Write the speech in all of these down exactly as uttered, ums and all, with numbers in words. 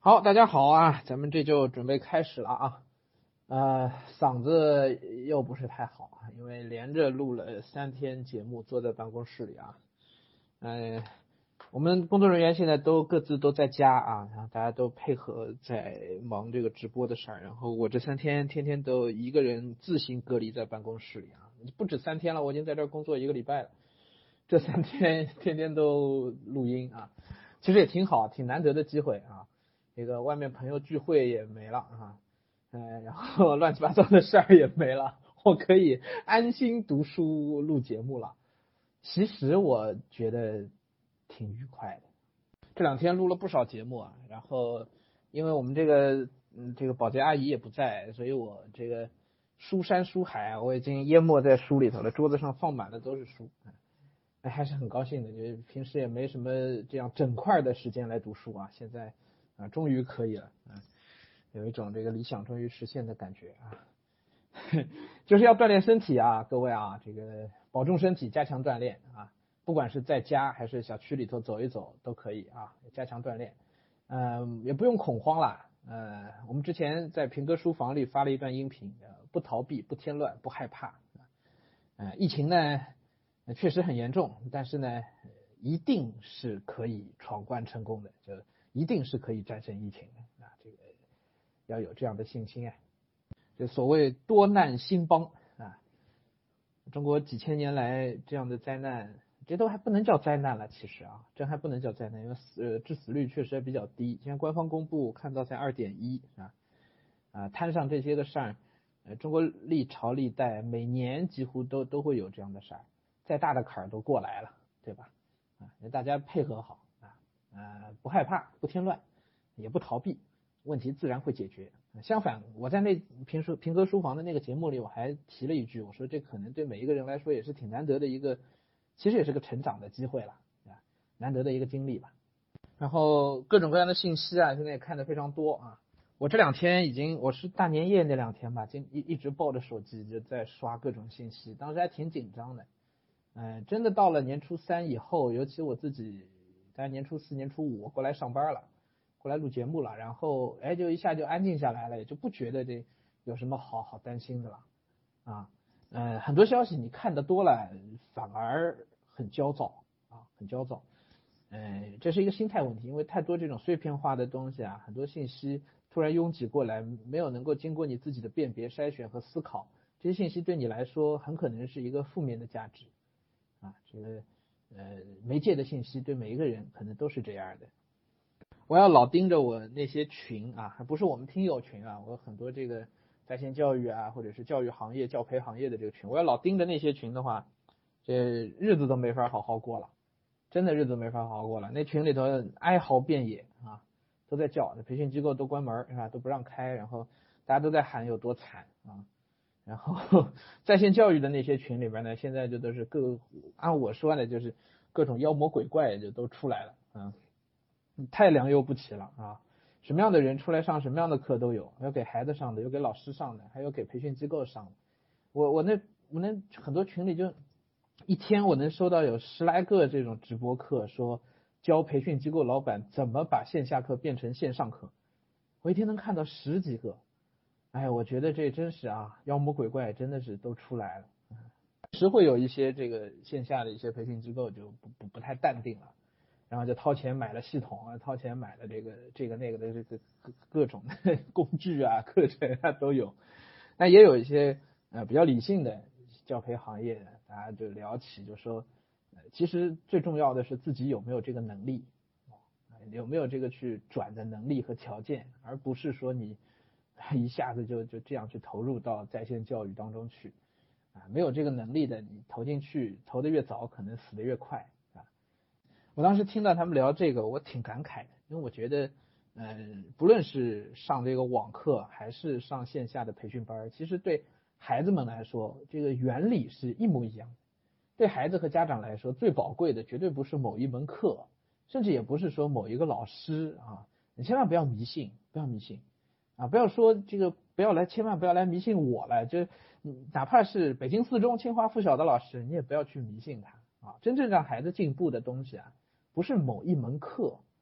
好，大家好啊，咱们这就准备开始了啊。呃，嗓子又不是太好啊，因为连着录了三天节目，坐在办公室里啊。嗯、呃，我们工作人员现在都各自都在家啊，然后大家都配合在忙这个直播的事儿。然后我这三天天天都一个人自行隔离在办公室里啊，不止三天了，我已经在这儿工作一个礼拜了。这三天天天都录音啊，其实也挺好，挺难得的机会啊。这个外面朋友聚会也没了啊，嗯，然后乱七八糟的事儿也没了，我可以安心读书录节目了。其实我觉得挺愉快的。这两天录了不少节目啊，然后因为我们这个嗯这个保洁阿姨也不在，所以我这个书山书海啊，我已经淹没在书里头了，桌子上放满了都是书。哎，还是很高兴的，就是平时也没什么这样整块的时间来读书啊，现在啊终于可以了，啊，有一种这个理想终于实现的感觉啊，就是要锻炼身体啊，各位啊，这个保重身体，加强锻炼啊，不管是在家还是小区里头走一走都可以啊，加强锻炼，嗯，也不用恐慌啦，呃，我们之前在平哥书房里发了一段音频，不逃避，不添乱，不害怕，呃，疫情呢？确实很严重，但是呢，一定是可以闯关成功的，就一定是可以战胜疫情的啊！这个要有这样的信心啊！就所谓多难兴邦啊，中国几千年来这样的灾难，这都还不能叫灾难了，其实啊，这还不能叫灾难，因为死呃致死率确实还比较低，现在官方公布看到才二点一啊啊，摊上这些个事儿，呃，中国历朝历代每年几乎都都会有这样的事儿。再大的坎儿都过来了，对吧？啊，大家配合好啊，呃，不害怕，不添乱，也不逃避，问题自然会解决。相反，我在那评书评歌书房的那个节目里，我还提了一句，我说这可能对每一个人来说也是挺难得的一个，其实也是个成长的机会了，啊，难得的一个经历吧。然后各种各样的信息啊，现在也看的非常多啊。我这两天已经，我是大年夜那两天吧，就一一直抱着手机就在刷各种信息，当时还挺紧张的。嗯、呃，真的到了年初三以后，尤其我自己在年初四、年初五过来上班了，过来录节目了，然后哎，就一下就安静下来了，也就不觉得这有什么好好担心的了啊。呃，很多消息你看得多了，反而很焦躁啊，很焦躁。呃，这是一个心态问题，因为太多这种碎片化的东西啊，很多信息突然拥挤过来，没有能够经过你自己的辨别、筛选和思考，这些信息对你来说很可能是一个负面的价值。啊，这个呃媒介的信息对每一个人可能都是这样的。我要老盯着我那些群啊，还不是我们听友群啊，我有很多这个在线教育啊，或者是教育行业、教培行业的这个群，我要老盯着那些群的话，这日子都没法好好过了，真的日子没法好好过了。那群里头哀嚎遍野啊，都在叫，培训机构都关门是吧，都不让开，然后大家都在喊有多惨啊。然后在线教育的那些群里边呢，现在就都是各按我说呢，就是各种妖魔鬼怪就都出来了啊，太良莠不齐了啊，什么样的人出来上什么样的课都有，有给孩子上的，有给老师上的，还有给培训机构上的。我我那我那很多群里就一天我能收到有十来个这种直播课，说教培训机构老板怎么把线下课变成线上课，我一天能看到十几个。哎，我觉得这真是啊，妖魔鬼怪真的是都出来了。确实会有一些这个线下的一些培训机构就不不不太淡定了，然后就掏钱买了系统啊，掏钱买了这个这个那个的这个各各种的工具啊、课程啊都有。但也有一些呃比较理性的教培行业，大家就聊起就说，呃，其实最重要的是自己有没有这个能力，有没有这个去转的能力和条件，而不是说你一下子就就这样去投入到在线教育当中去啊，没有这个能力的，你投进去投的越早，可能死的越快啊。我当时听到他们聊这个，我挺感慨的，因为我觉得，嗯、呃，不论是上这个网课还是上线下的培训班，其实对孩子们来说，这个原理是一模一样的。对孩子和家长来说，最宝贵的绝对不是某一门课，甚至也不是说某一个老师啊，你千万不要迷信，不要迷信啊，不要说这个，不要来，千万不要来迷信我了，就哪怕是北京四中、清华附小的老师，你也不要去迷信他啊。真正让孩子进步的东西啊，不是某一门课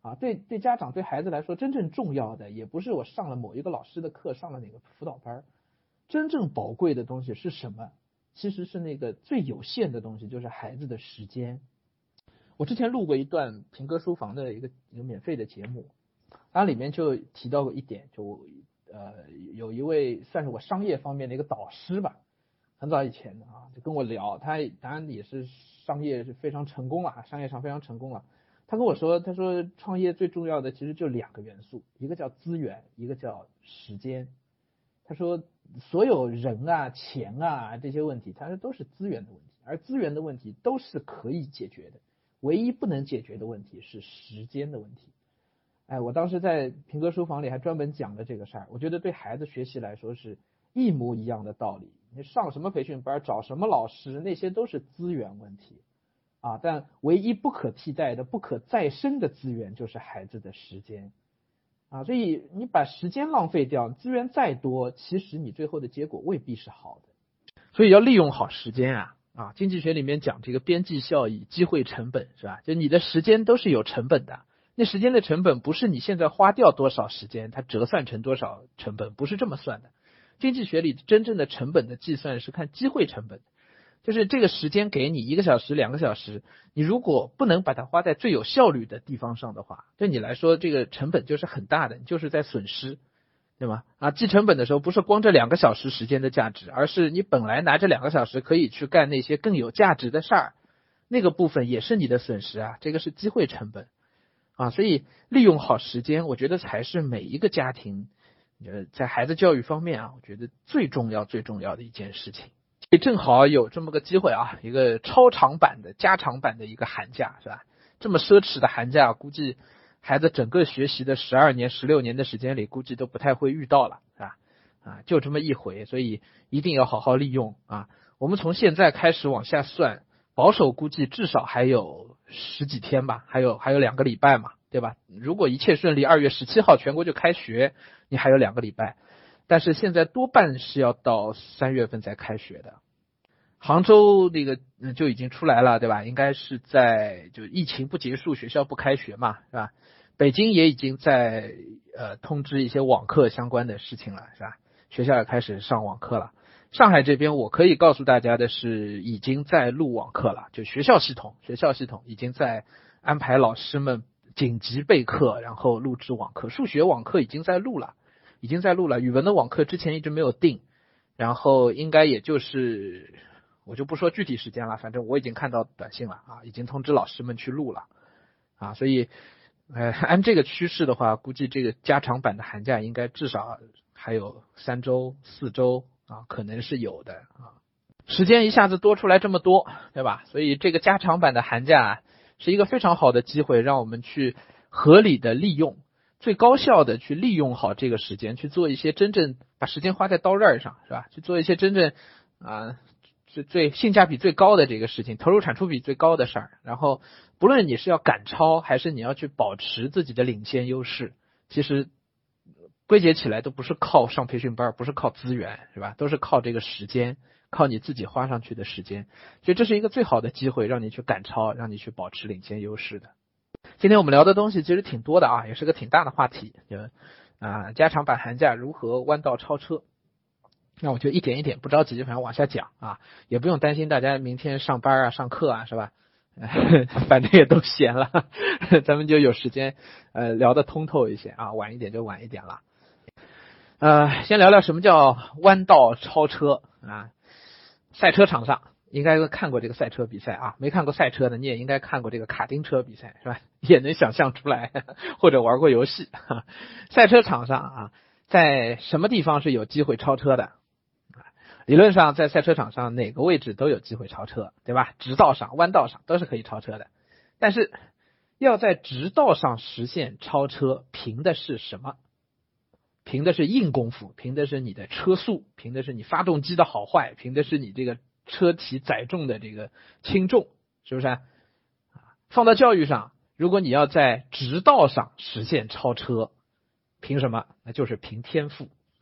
啊，对对家长对孩子来说，真正重要的也不是我上了某一个老师的课，上了哪个辅导班，真正宝贵的东西是什么？其实是那个最有限的东西，就是孩子的时间。我之前录过一段平哥书房的一个一个免费的节目，它里面就提到过一点，就呃有一位算是我商业方面的一个导师吧，很早以前的啊，就跟我聊，他当然也是商业是非常成功了，商业上非常成功了。他跟我说，他说创业最重要的其实就两个元素，一个叫资源，一个叫时间。他说所有人啊、钱啊这些问题，他说都是资源的问题，而资源的问题都是可以解决的，唯一不能解决的问题是时间的问题。哎，我当时在平哥书房里还专门讲了这个事儿，我觉得对孩子学习来说是一模一样的道理。你上什么培训班，找什么老师，那些都是资源问题啊，但唯一不可替代的、不可再生的资源就是孩子的时间啊，所以你把时间浪费掉，资源再多，其实你最后的结果未必是好的。所以要利用好时间啊啊！经济学里面讲这个边际效益、机会成本是吧？就你的时间都是有成本的，那时间的成本不是你现在花掉多少时间，它折算成多少成本，不是这么算的。经济学里真正的成本的计算是看机会成本，就是这个时间给你一个小时、两个小时，你如果不能把它花在最有效率的地方上的话，对你来说这个成本就是很大的，你就是在损失，对吗？啊，计成本的时候不是光这两个小时时间的价值，而是你本来拿这两个小时可以去干那些更有价值的事儿，那个部分也是你的损失啊，这个是机会成本啊，所以利用好时间，我觉得才是每一个家庭呃在孩子教育方面啊，我觉得最重要最重要的一件事情。正好有这么个机会啊，一个超长版的加长版的一个寒假是吧？这么奢侈的寒假，估计孩子整个学习的十二年、十六年的时间里，估计都不太会遇到了，是吧？啊，就这么一回，所以一定要好好利用啊！我们从现在开始往下算，保守估计至少还有十几天吧，还有还有两个礼拜嘛，对吧？如果一切顺利，二月十七号全国就开学，你还有两个礼拜。但是现在多半是要到三月份才开学的。杭州那个就已经出来了，对吧？应该是在就疫情不结束，学校不开学嘛，是吧？北京也已经在呃通知一些网课相关的事情了，是吧？学校也开始上网课了。上海这边我可以告诉大家的是，已经在录网课了，就学校系统，学校系统已经在安排老师们紧急备课，然后录制网课。数学网课已经在录了。已经在录了，语文的网课之前一直没有定，然后应该也就是我就不说具体时间了，反正我已经看到短信了啊，已经通知老师们去录了啊，所以呃按这个趋势的话，估计这个加长版的寒假应该至少还有三周四周啊，可能是有的啊，时间一下子多出来这么多，对吧？所以这个加长版的寒假是一个非常好的机会，让我们去合理的利用。最高效的去利用好这个时间，去做一些真正把时间花在刀刃上，是吧？去做一些真正啊最最性价比最高的这个事情，投入产出比最高的事儿。然后不论你是要赶超，还是你要去保持自己的领先优势，其实归结起来都不是靠上培训班，不是靠资源，是吧？都是靠这个时间，靠你自己花上去的时间。所以这是一个最好的机会，让你去赶超，让你去保持领先优势的。今天我们聊的东西其实挺多的啊，也是个挺大的话题，就啊加长版寒假如何弯道超车。那我就一点一点不着急，反正往下讲啊，也不用担心大家明天上班啊、上课啊，是吧？反正也都闲了，咱们就有时间呃聊得通透一些啊，晚一点就晚一点了。呃，先聊聊什么叫弯道超车啊？赛车场上。应该看过这个赛车比赛啊，没看过赛车的你也应该看过这个卡丁车比赛，是吧？也能想象出来，或者玩过游戏。赛车场上啊，在什么地方是有机会超车的？理论上在赛车场上哪个位置都有机会超车，对吧？直道上、弯道上都是可以超车的。但是要在直道上实现超车，凭的是什么？凭的是硬功夫，凭的是你的车速，凭的是你发动机的好坏，凭的是你这个车体载重的这个轻重，是不是啊？放到教育上，如果你要在直道上实现超车，凭什么？那就是凭天赋。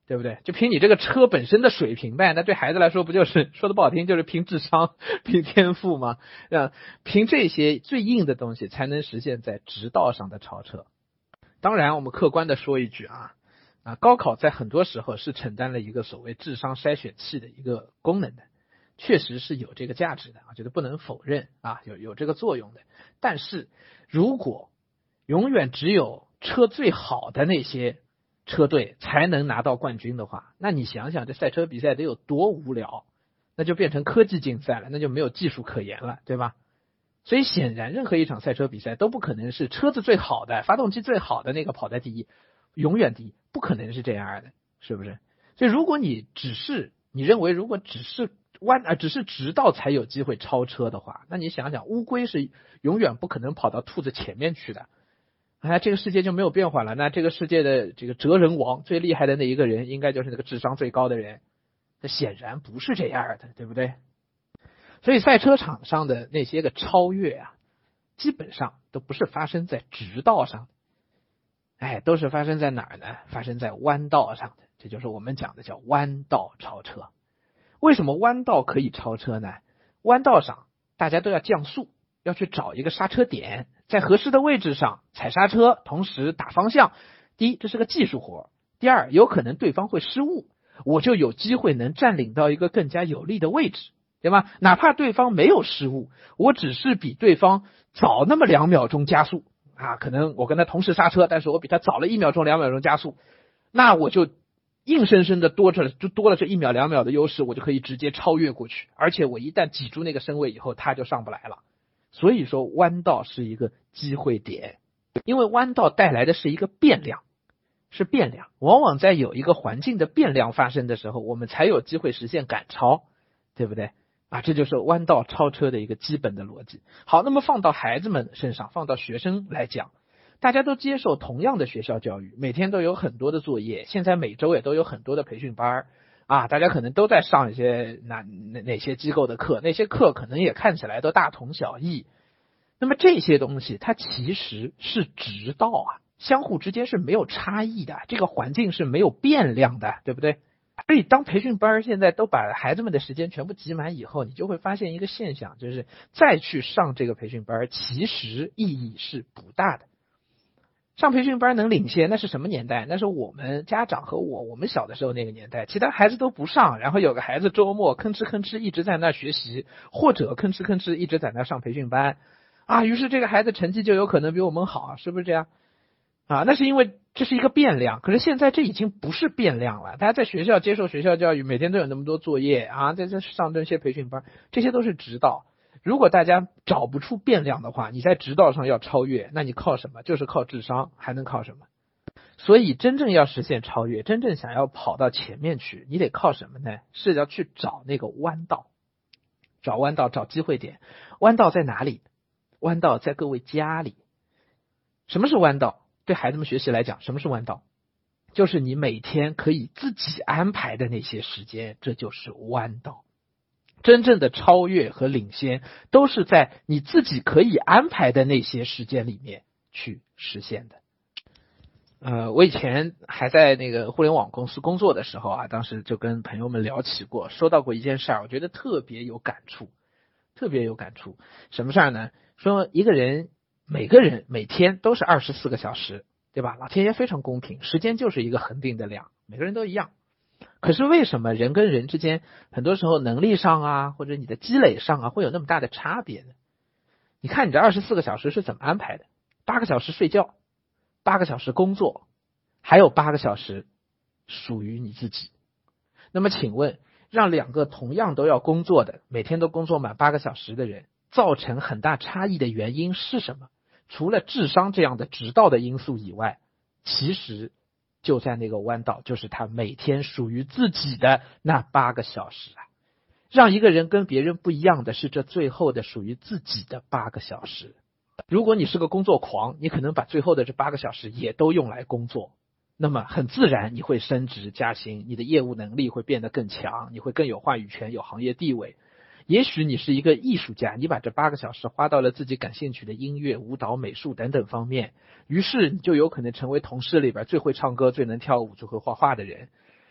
对不对？就凭你这个车本身的水平呗，那对孩子来说不就是说的不好听，就是凭智商、凭天赋吗？啊，凭这些最硬的东西才能实现在直道上的超车。当然，我们客观的说一句啊，啊，高考在很多时候是承担了一个所谓智商筛选器的一个功能的，确实是有这个价值的，我觉得不能否认啊，有有这个作用的。但是如果永远只有车最好的那些车队才能拿到冠军的话，那你想想这赛车比赛得有多无聊，那就变成科技竞赛了，那就没有技术可言了，对吧？所以显然任何一场赛车比赛都不可能是车子最好的、发动机最好的那个跑在第一，永远第一，不可能是这样的，是不是？所以如果你只是你认为如果只是弯啊，只是直道才有机会超车的话，那你想想，乌龟是永远不可能跑到兔子前面去的。哎，这个世界就没有变化了。那这个世界的这个哲人王最厉害的那一个人，应该就是那个智商最高的人。那显然不是这样的，对不对？所以赛车场上的那些个超越啊，基本上都不是发生在直道上的，哎，都是发生在哪儿呢？发生在弯道上的，这就是我们讲的叫弯道超车。为什么弯道可以超车呢？弯道上大家都要降速，要去找一个刹车点，在合适的位置上踩刹车，同时打方向。第一，这是个技术活；第二，有可能对方会失误，我就有机会能占领到一个更加有利的位置，对吧？哪怕对方没有失误，我只是比对方早那么两秒钟加速啊，可能我跟他同时刹车，但是我比他早了一秒钟、两秒钟加速，那我就硬生生的多着就多了这一秒两秒的优势，我就可以直接超越过去，而且我一旦挤住那个身位以后，他就上不来了。所以说弯道是一个机会点，因为弯道带来的是一个变量，是变量，往往在有一个环境的变量发生的时候，我们才有机会实现赶超，对不对啊？这就是弯道超车的一个基本的逻辑。好，那么放到孩子们身上，放到学生来讲，大家都接受同样的学校教育，每天都有很多的作业，现在每周也都有很多的培训班啊，大家可能都在上一些哪哪哪些机构的课，那些课可能也看起来都大同小异。那么这些东西它其实是直道啊，相互之间是没有差异的，这个环境是没有变量的，对不对？所以当培训班现在都把孩子们的时间全部挤满以后，你就会发现一个现象，就是再去上这个培训班其实意义是不大的。上培训班能领先，那是什么年代？那是我们家长和我我们小的时候那个年代，其他孩子都不上，然后有个孩子周末吭哧吭哧一直在那学习，或者吭哧吭哧一直在那上培训班啊，于是这个孩子成绩就有可能比我们好，是不是这样啊？那是因为这是一个变量，可是现在这已经不是变量了。大家在学校接受学校教育，每天都有那么多作业啊，在这上这些培训班，这些都是直道。如果大家找不出变量的话，你在直道上要超越，那你靠什么？就是靠智商，还能靠什么？所以真正要实现超越，真正想要跑到前面去，你得靠什么呢？是要去找那个弯道，找弯道，找机会点。弯道在哪里？弯道在各位家里。什么是弯道？对孩子们学习来讲，什么是弯道？就是你每天可以自己安排的那些时间，这就是弯道。真正的超越和领先都是在你自己可以安排的那些时间里面去实现的。呃，我以前还在那个互联网公司工作的时候啊，当时就跟朋友们聊起过，说到过一件事儿，我觉得特别有感触，特别有感触。什么事儿呢？说一个人，每个人每天都是二十四个小时，对吧？老天爷非常公平，时间就是一个恒定的量，每个人都一样。可是为什么人跟人之间很多时候能力上啊，或者你的积累上啊，会有那么大的差别呢？你看你这二十四个小时是怎么安排的？八个小时睡觉，八个小时工作，还有八个小时属于你自己。那么请问，让两个同样都要工作的，每天都工作满八个小时的人，造成很大差异的原因是什么？除了智商这样的直道的因素以外，其实就在那个弯道，就是他每天属于自己的那八个小时啊。让一个人跟别人不一样的是这最后的属于自己的八个小时。如果你是个工作狂，你可能把最后的这八个小时也都用来工作，那么很自然你会升职加薪，你的业务能力会变得更强，你会更有话语权，有行业地位。也许你是一个艺术家，你把这八个小时花到了自己感兴趣的音乐、舞蹈、美术等等方面，于是你就有可能成为同事里边最会唱歌、最能跳舞、最会画画的人。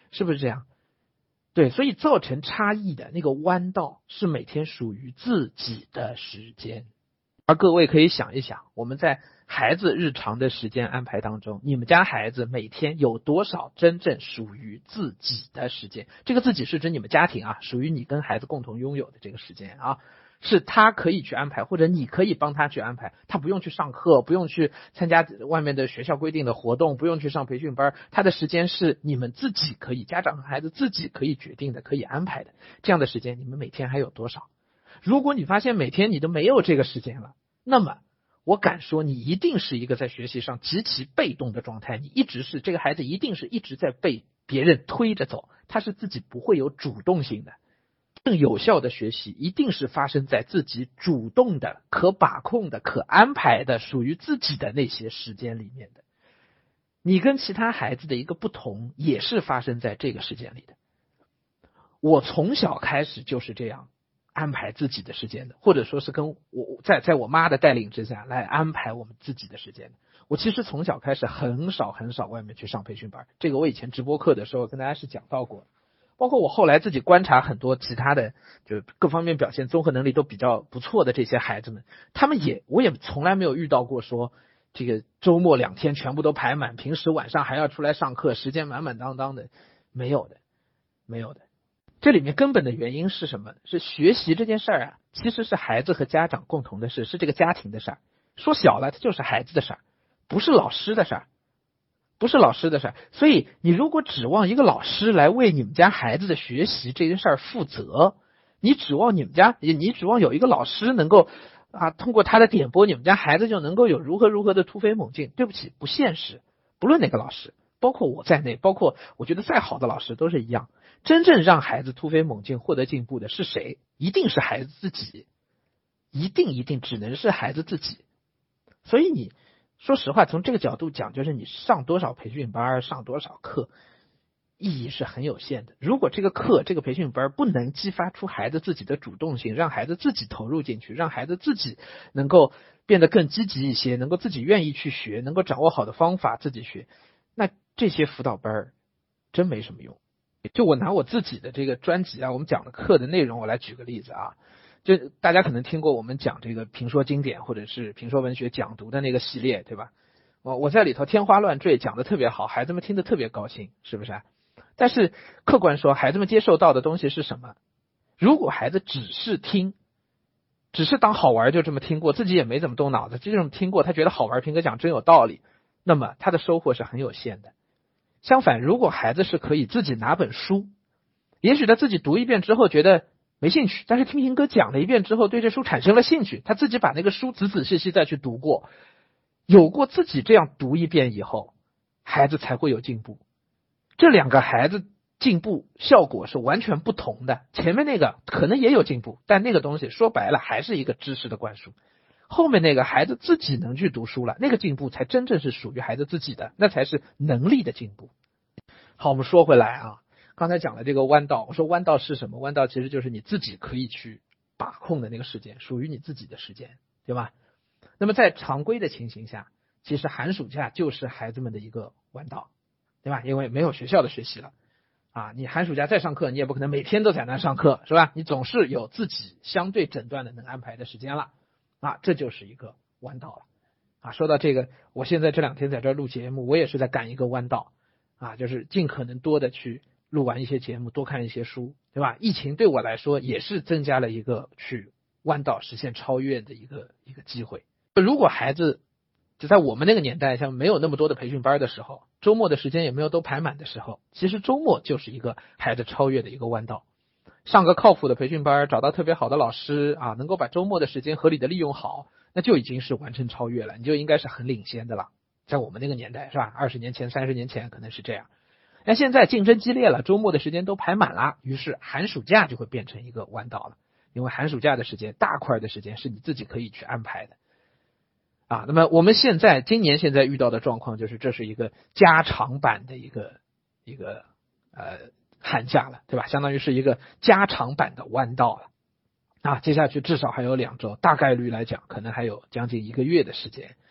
是不是这样？对，所以造成差异的那个弯道是每天属于自己的时间。而各位可以想一想，我们在孩子日常的时间安排当中，你们家孩子每天有多少真正属于自己的时间？这个自己是指你们家庭啊，属于你跟孩子共同拥有的这个时间啊，是他可以去安排，或者你可以帮他去安排，他不用去上课，不用去参加外面的学校规定的活动，不用去上培训班，他的时间是你们自己可以，家长和孩子自己可以决定的，可以安排的。这样的时间你们每天还有多少？如果你发现每天你都没有这个时间了，那么我敢说你一定是一个在学习上极其被动的状态，你一直是这个孩子一定是一直在被别人推着走，他是自己不会有主动性的。更有效的学习一定是发生在自己主动的、可把控的、可安排的、属于自己的那些时间里面的。你跟其他孩子的一个不同也是发生在这个时间里的。我从小开始就是这样安排自己的时间的，或者说是跟我在在我妈的带领之下来安排我们自己的时间的。我其实从小开始很少很少外面去上培训班，这个我以前直播课的时候跟大家是讲到过，包括我后来自己观察很多其他的就各方面表现综合能力都比较不错的这些孩子们，他们也我也从来没有遇到过说这个周末两天全部都排满，平时晚上还要出来上课，时间满满当当的，没有的没有的。这里面根本的原因是什么？是学习这件事儿啊，其实是孩子和家长共同的事，是这个家庭的事儿。说小了，它就是孩子的事儿，不是老师的事儿，不是老师的事儿。所以你如果指望一个老师来为你们家孩子的学习这件事儿负责，你指望你们家，你指望有一个老师能够啊通过他的点拨，你们家孩子就能够有如何如何的突飞猛进，对不起，不现实。不论哪个老师，包括我在内，包括我觉得再好的老师都是一样。真正让孩子突飞猛进获得进步的是谁？一定是孩子自己，一定一定只能是孩子自己。所以你说实话，从这个角度讲，就是你上多少培训班，上多少课，意义是很有限的。如果这个课这个培训班不能激发出孩子自己的主动性，让孩子自己投入进去，让孩子自己能够变得更积极一些，能够自己愿意去学，能够掌握好的方法自己学，那这些辅导班真没什么用。就我拿我自己的这个专辑啊，我们讲的课的内容，我来举个例子啊。就大家可能听过我们讲这个评说经典或者是评说文学讲读的那个系列，对吧？我我在里头天花乱坠讲的特别好，孩子们听得特别高兴，是不是？但是客观说，孩子们接受到的东西是什么？如果孩子只是听，只是当好玩就这么听过，自己也没怎么动脑子，就这么听过，他觉得好玩，评哥讲真有道理，那么他的收获是很有限的。相反，如果孩子是可以自己拿本书，也许他自己读一遍之后觉得没兴趣，但是听评哥讲了一遍之后对这书产生了兴趣，他自己把那个书仔仔细细再去读过，有过自己这样读一遍以后，孩子才会有进步。这两个孩子进步效果是完全不同的，前面那个可能也有进步，但那个东西说白了还是一个知识的灌输，后面那个孩子自己能去读书了，那个进步才真正是属于孩子自己的，那才是能力的进步。好，我们说回来啊，刚才讲了这个弯道，我说弯道是什么？弯道其实就是你自己可以去把控的那个时间，属于你自己的时间，对吧？那么在常规的情形下，其实寒暑假就是孩子们的一个弯道，对吧？因为没有学校的学习了啊，你寒暑假再上课，你也不可能每天都在那上课，是吧？你总是有自己相对诊断的能安排的时间了啊，这就是一个弯道了啊。说到这个，我现在这两天在这录节目，我也是在赶一个弯道啊，就是尽可能多的去录完一些节目，多看一些书，对吧？疫情对我来说也是增加了一个去弯道实现超越的一个一个机会。如果孩子就在我们那个年代，像没有那么多的培训班的时候，周末的时间也没有都排满的时候，其实周末就是一个孩子超越的一个弯道。上个靠谱的培训班，找到特别好的老师啊，能够把周末的时间合理的利用好，那就已经是完成超越了，你就应该是很领先的了。在我们那个年代，是吧？二十年前、三十年前可能是这样。那现在竞争激烈了，周末的时间都排满了，于是寒暑假就会变成一个弯道了。因为寒暑假的时间，大块的时间是你自己可以去安排的。啊，那么我们现在今年现在遇到的状况就是，这是一个加长版的一个一个呃寒假了，对吧？相当于是一个加长版的弯道了。啊，接下去至少还有两周，大概率来讲，可能还有将近一个月的时间。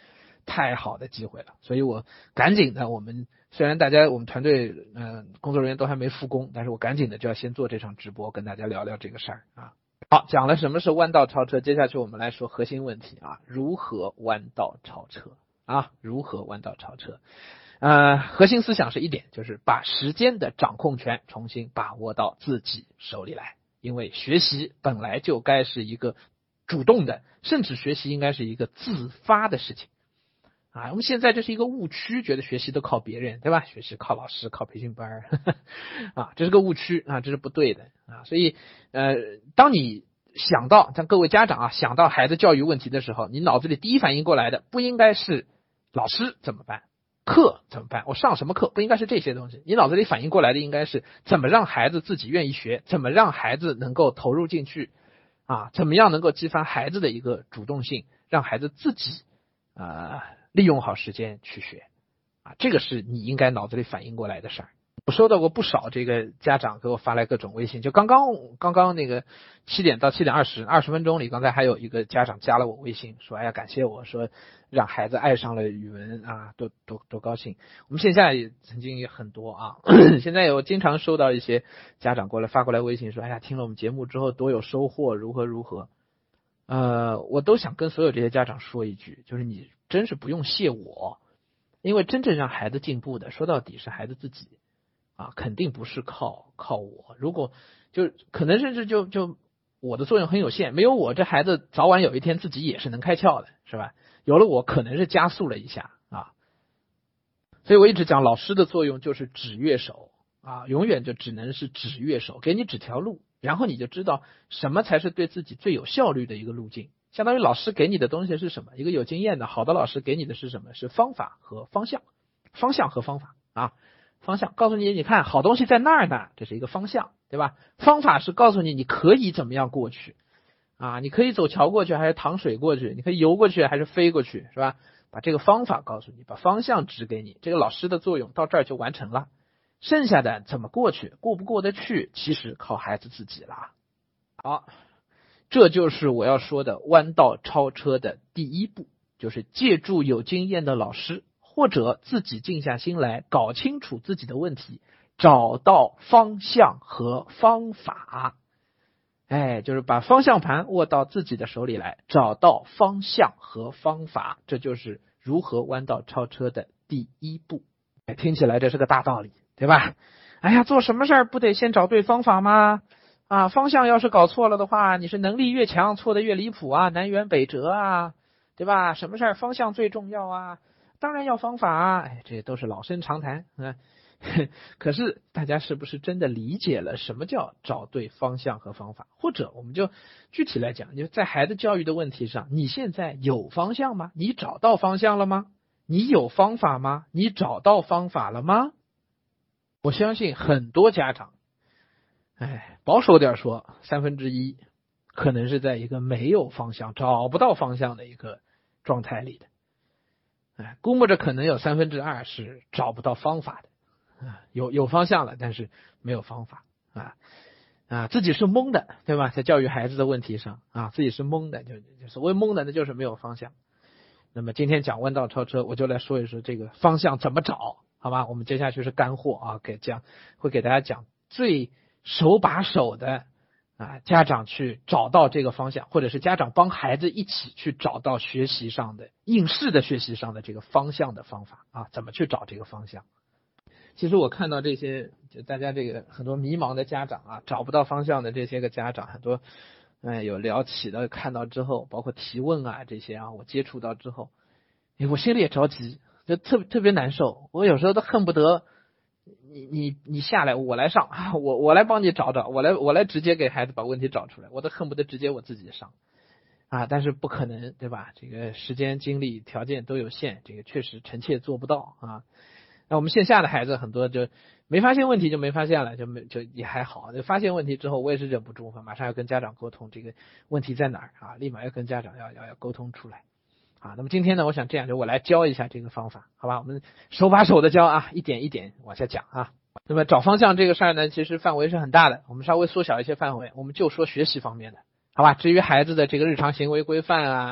太好的机会了，所以我赶紧的，我们虽然大家我们团队嗯、呃、工作人员都还没复工，但是我赶紧的就要先做这场直播，跟大家聊聊这个事儿啊。好，讲了什么是弯道超车，接下去我们来说核心问题啊，如何弯道超车啊？如何弯道超车？呃，核心思想是一点，就是把时间的掌控权重新把握到自己手里来，因为学习本来就该是一个主动的，甚至学习应该是一个自发的事情啊。我们现在这是一个误区，觉得学习都靠别人，对吧？学习靠老师，靠培训班呵呵啊，这是个误区啊，这是不对的啊。所以呃，当你想到，像各位家长啊，想到孩子教育问题的时候，你脑子里第一反应过来的不应该是老师怎么办，课怎么办，我上什么课，不应该是这些东西。你脑子里反应过来的应该是怎么让孩子自己愿意学，怎么让孩子能够投入进去啊，怎么样能够激发孩子的一个主动性，让孩子自己啊、呃、利用好时间去学啊，这个是你应该脑子里反应过来的事儿。我收到过不少这个家长给我发来各种微信，就刚刚刚刚那个七点到七点二十二十分钟里，刚才还有一个家长加了我微信，说哎呀感谢我，说让孩子爱上了语文啊，多多多高兴。我们线下也曾经也很多啊，现在有经常收到一些家长过来发过来微信说，哎呀听了我们节目之后多有收获，如何如何。呃，我都想跟所有这些家长说一句，就是你真是不用谢我，因为真正让孩子进步的，说到底是孩子自己。啊，肯定不是靠靠我。如果就可能甚至就就我的作用很有限，没有我这孩子早晚有一天自己也是能开窍的，是吧？有了我可能是加速了一下啊。所以我一直讲老师的作用就是指月手啊，永远就只能是指月手，给你指条路，然后你就知道什么才是对自己最有效率的一个路径。相当于老师给你的东西是什么？一个有经验的好的老师给你的是什么？是方法和方向，方向和方法啊。方向告诉你，你看好东西在那儿呢，这是一个方向，对吧？方法是告诉你你可以怎么样过去啊，你可以走桥过去还是淌水过去，你可以游过去还是飞过去，是吧？把这个方法告诉你，把方向指给你，这个老师的作用到这儿就完成了。剩下的怎么过去，过不过得去，其实靠孩子自己了。好，这就是我要说的弯道超车的第一步，就是借助有经验的老师，或者自己静下心来搞清楚自己的问题，找到方向和方法。哎，就是把方向盘握到自己的手里来，找到方向和方法，这就是如何弯道超车的第一步。哎，听起来这是个大道理，对吧？哎呀，做什么事儿不得先找对方法吗？啊，方向要是搞错了的话，你是能力越强，错的越离谱啊，南辕北辙啊，对吧？什么事儿方向最重要啊？当然要方法啊，哎，这都是老生常谈啊。可是大家是不是真的理解了什么叫找对方向和方法？或者我们就具体来讲，就在孩子教育的问题上，你现在有方向吗？你找到方向了吗？你有方法吗？你找到方法了吗？我相信很多家长，哎，保守点说，三分之一可能是在一个没有方向、找不到方向的一个状态里的。哎，估摸着可能有三分之二是找不到方法的，啊，有有方向了，但是没有方法啊啊，自己是懵的，对吧？在教育孩子的问题上啊，自己是懵的，就就所谓懵的，那就是没有方向。那么今天讲弯道超车，我就来说一说这个方向怎么找，好吧？我们接下去是干货啊，给讲会给大家讲最手把手的啊，家长去找到这个方向，或者是家长帮孩子一起去找到学习上的应试的学习上的这个方向的方法啊，怎么去找这个方向？其实我看到这些，就大家这个很多迷茫的家长啊，找不到方向的这些个家长，很多哎有聊起的，看到之后，包括提问啊这些啊，我接触到之后，哎，我心里也着急，就特别特别难受。我有时候都恨不得你你你下来，我来上，我我来帮你找找，我来我来直接给孩子把问题找出来，我都恨不得直接我自己上啊，但是不可能，对吧？这个时间、精力、条件都有限，这个确实臣妾做不到啊。那我们线下的孩子很多就没发现问题就没发现了，就没就也还好。发现问题之后，我也是忍不住，马上要跟家长沟通，这个问题在哪儿啊？立马要跟家长要要要沟通出来啊。那么今天呢，我想这样，就我来教一下这个方法，好吧？我们手把手的教啊，一点一点往下讲啊。那么找方向这个事儿呢，其实范围是很大的，我们稍微缩小一些范围，我们就说学习方面的，好吧？至于孩子的这个日常行为规范啊，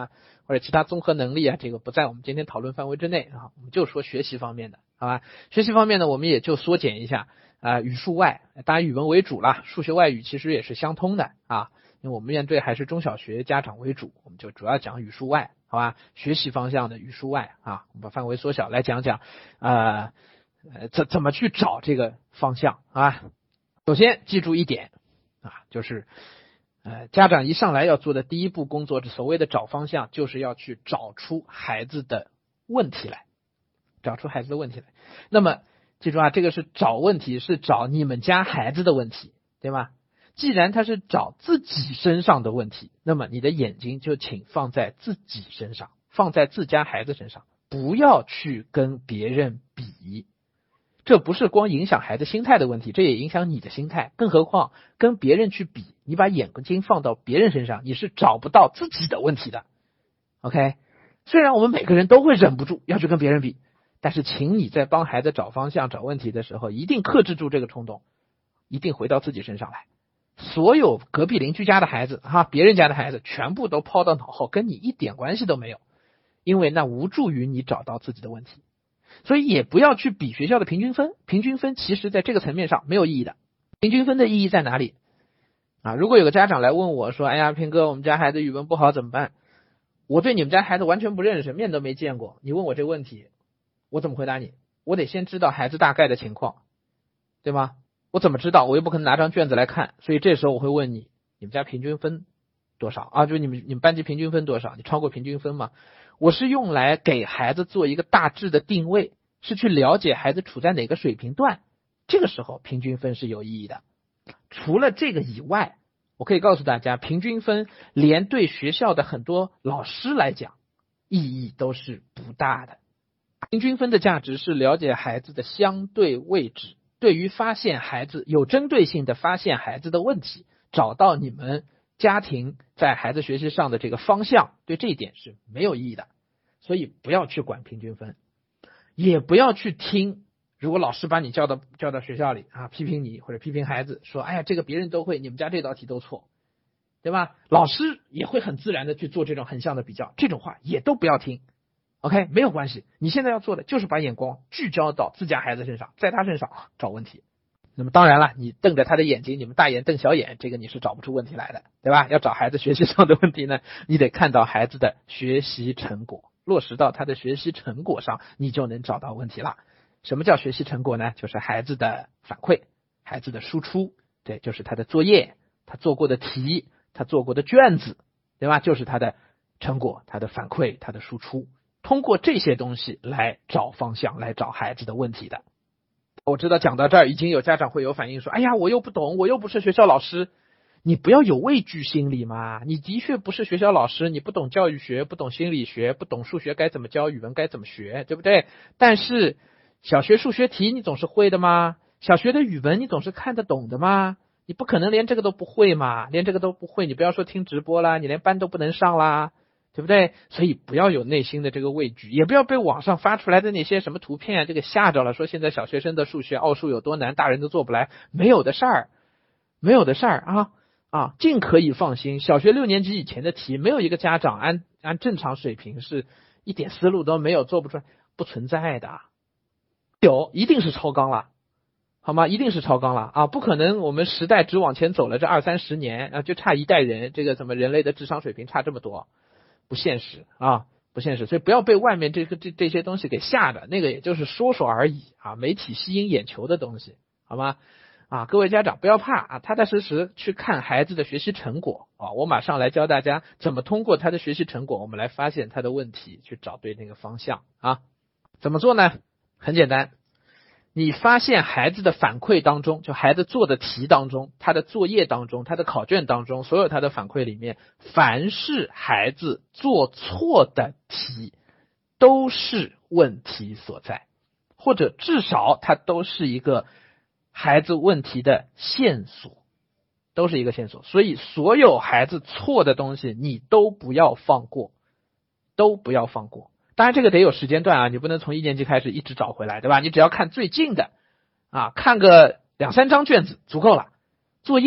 或者其他综合能力啊，这个不在我们今天讨论范围之内啊，我们就说学习方面的，好吧？学习方面呢，我们也就缩减一下啊、呃，语数外，当然语文为主啦，数学外语其实也是相通的啊，因为我们面对还是中小学家长为主，我们就主要讲语数外，好吧？学习方向的语数外啊，我们把范围缩小来讲讲啊。呃，怎怎么去找这个方向啊？首先记住一点啊，就是呃，家长一上来要做的第一步工作，所谓的找方向，就是要去找出孩子的问题来，找出孩子的问题来。那么记住啊，这个是找问题，是找你们家孩子的问题，对吗？既然他是找自己身上的问题，那么你的眼睛就请放在自己身上，放在自家孩子身上，不要去跟别人比。这不是光影响孩子心态的问题，这也影响你的心态，更何况跟别人去比，你把眼睛放到别人身上，你是找不到自己的问题的。 OK， 虽然我们每个人都会忍不住要去跟别人比，但是请你在帮孩子找方向找问题的时候，一定克制住这个冲动，一定回到自己身上来。所有隔壁邻居家的孩子哈，别人家的孩子全部都抛到脑后，跟你一点关系都没有，因为那无助于你找到自己的问题。所以也不要去比学校的平均分，平均分其实在这个层面上没有意义的。平均分的意义在哪里啊？如果有个家长来问我说，哎呀，平哥，我们家孩子语文不好怎么办？我对你们家孩子完全不认识，面都没见过，你问我这个问题，我怎么回答你？我得先知道孩子大概的情况，对吗？我怎么知道？我又不可能拿张卷子来看，所以这时候我会问你，你们家平均分多少啊？就你们你们班级平均分多少？你超过平均分吗？我是用来给孩子做一个大致的定位，是去了解孩子处在哪个水平段，这个时候平均分是有意义的。除了这个以外，我可以告诉大家，平均分连对学校的很多老师来讲意义都是不大的。平均分的价值是了解孩子的相对位置，对于发现孩子有针对性的发现孩子的问题，找到你们家庭在孩子学习上的这个方向，对这一点是没有意义的。所以不要去管平均分，也不要去听，如果老师把你叫到叫到学校里啊，批评你或者批评孩子，说哎呀这个别人都会，你们家这道题都错，对吧？老师也会很自然的去做这种横向的比较，这种话也都不要听。OK， 没有关系，你现在要做的就是把眼光聚焦到自家孩子身上，在他身上找问题。那么当然了，你瞪着他的眼睛，你们大眼瞪小眼，这个你是找不出问题来的，对吧？要找孩子学习上的问题呢，你得看到孩子的学习成果，落实到他的学习成果上，你就能找到问题了。什么叫学习成果呢？就是孩子的反馈，孩子的输出，对，就是他的作业，他做过的题，他做过的卷子，对吧？就是他的成果，他的反馈，他的输出。通过这些东西来找方向，来找孩子的问题的。我知道讲到这儿已经有家长会有反应说，哎呀我又不懂，我又不是学校老师。你不要有畏惧心理嘛，你的确不是学校老师，你不懂教育学，不懂心理学，不懂数学该怎么教，语文该怎么学，对不对？但是小学数学题你总是会的吗？小学的语文你总是看得懂的吗？你不可能连这个都不会嘛，连这个都不会，你不要说听直播啦，你连班都不能上啦，对不对？所以不要有内心的这个畏惧，也不要被网上发出来的那些什么图片啊这个吓着了，说现在小学生的数学奥数有多难，大人都做不来，没有的事儿，没有的事儿啊啊，尽可以放心，小学六年级以前的题，没有一个家长按按正常水平是一点思路都没有做不出来，不存在的。有一定是超纲了，好吗？一定是超纲了啊！不可能，我们时代只往前走了这二三十年啊，就差一代人，这个怎么人类的智商水平差这么多？不现实啊，不现实。所以不要被外面这个这这些东西给吓的，那个也就是说说而已啊，媒体吸引眼球的东西，好吗？啊，各位家长不要怕啊，踏踏实实去看孩子的学习成果啊。我马上来教大家怎么通过他的学习成果，我们来发现他的问题，去找对那个方向啊。怎么做呢？很简单，你发现孩子的反馈当中，就孩子做的题当中，他的作业当中，他的考卷当中，所有他的反馈里面，凡是孩子做错的题，都是问题所在，或者至少它都是一个孩子问题的线索，都是一个线索。所以所有孩子错的东西你都不要放过，都不要放过。当然这个得有时间段啊，你不能从一年级开始一直找回来，对吧？你只要看最近的啊，看个两三张卷子足够了。作业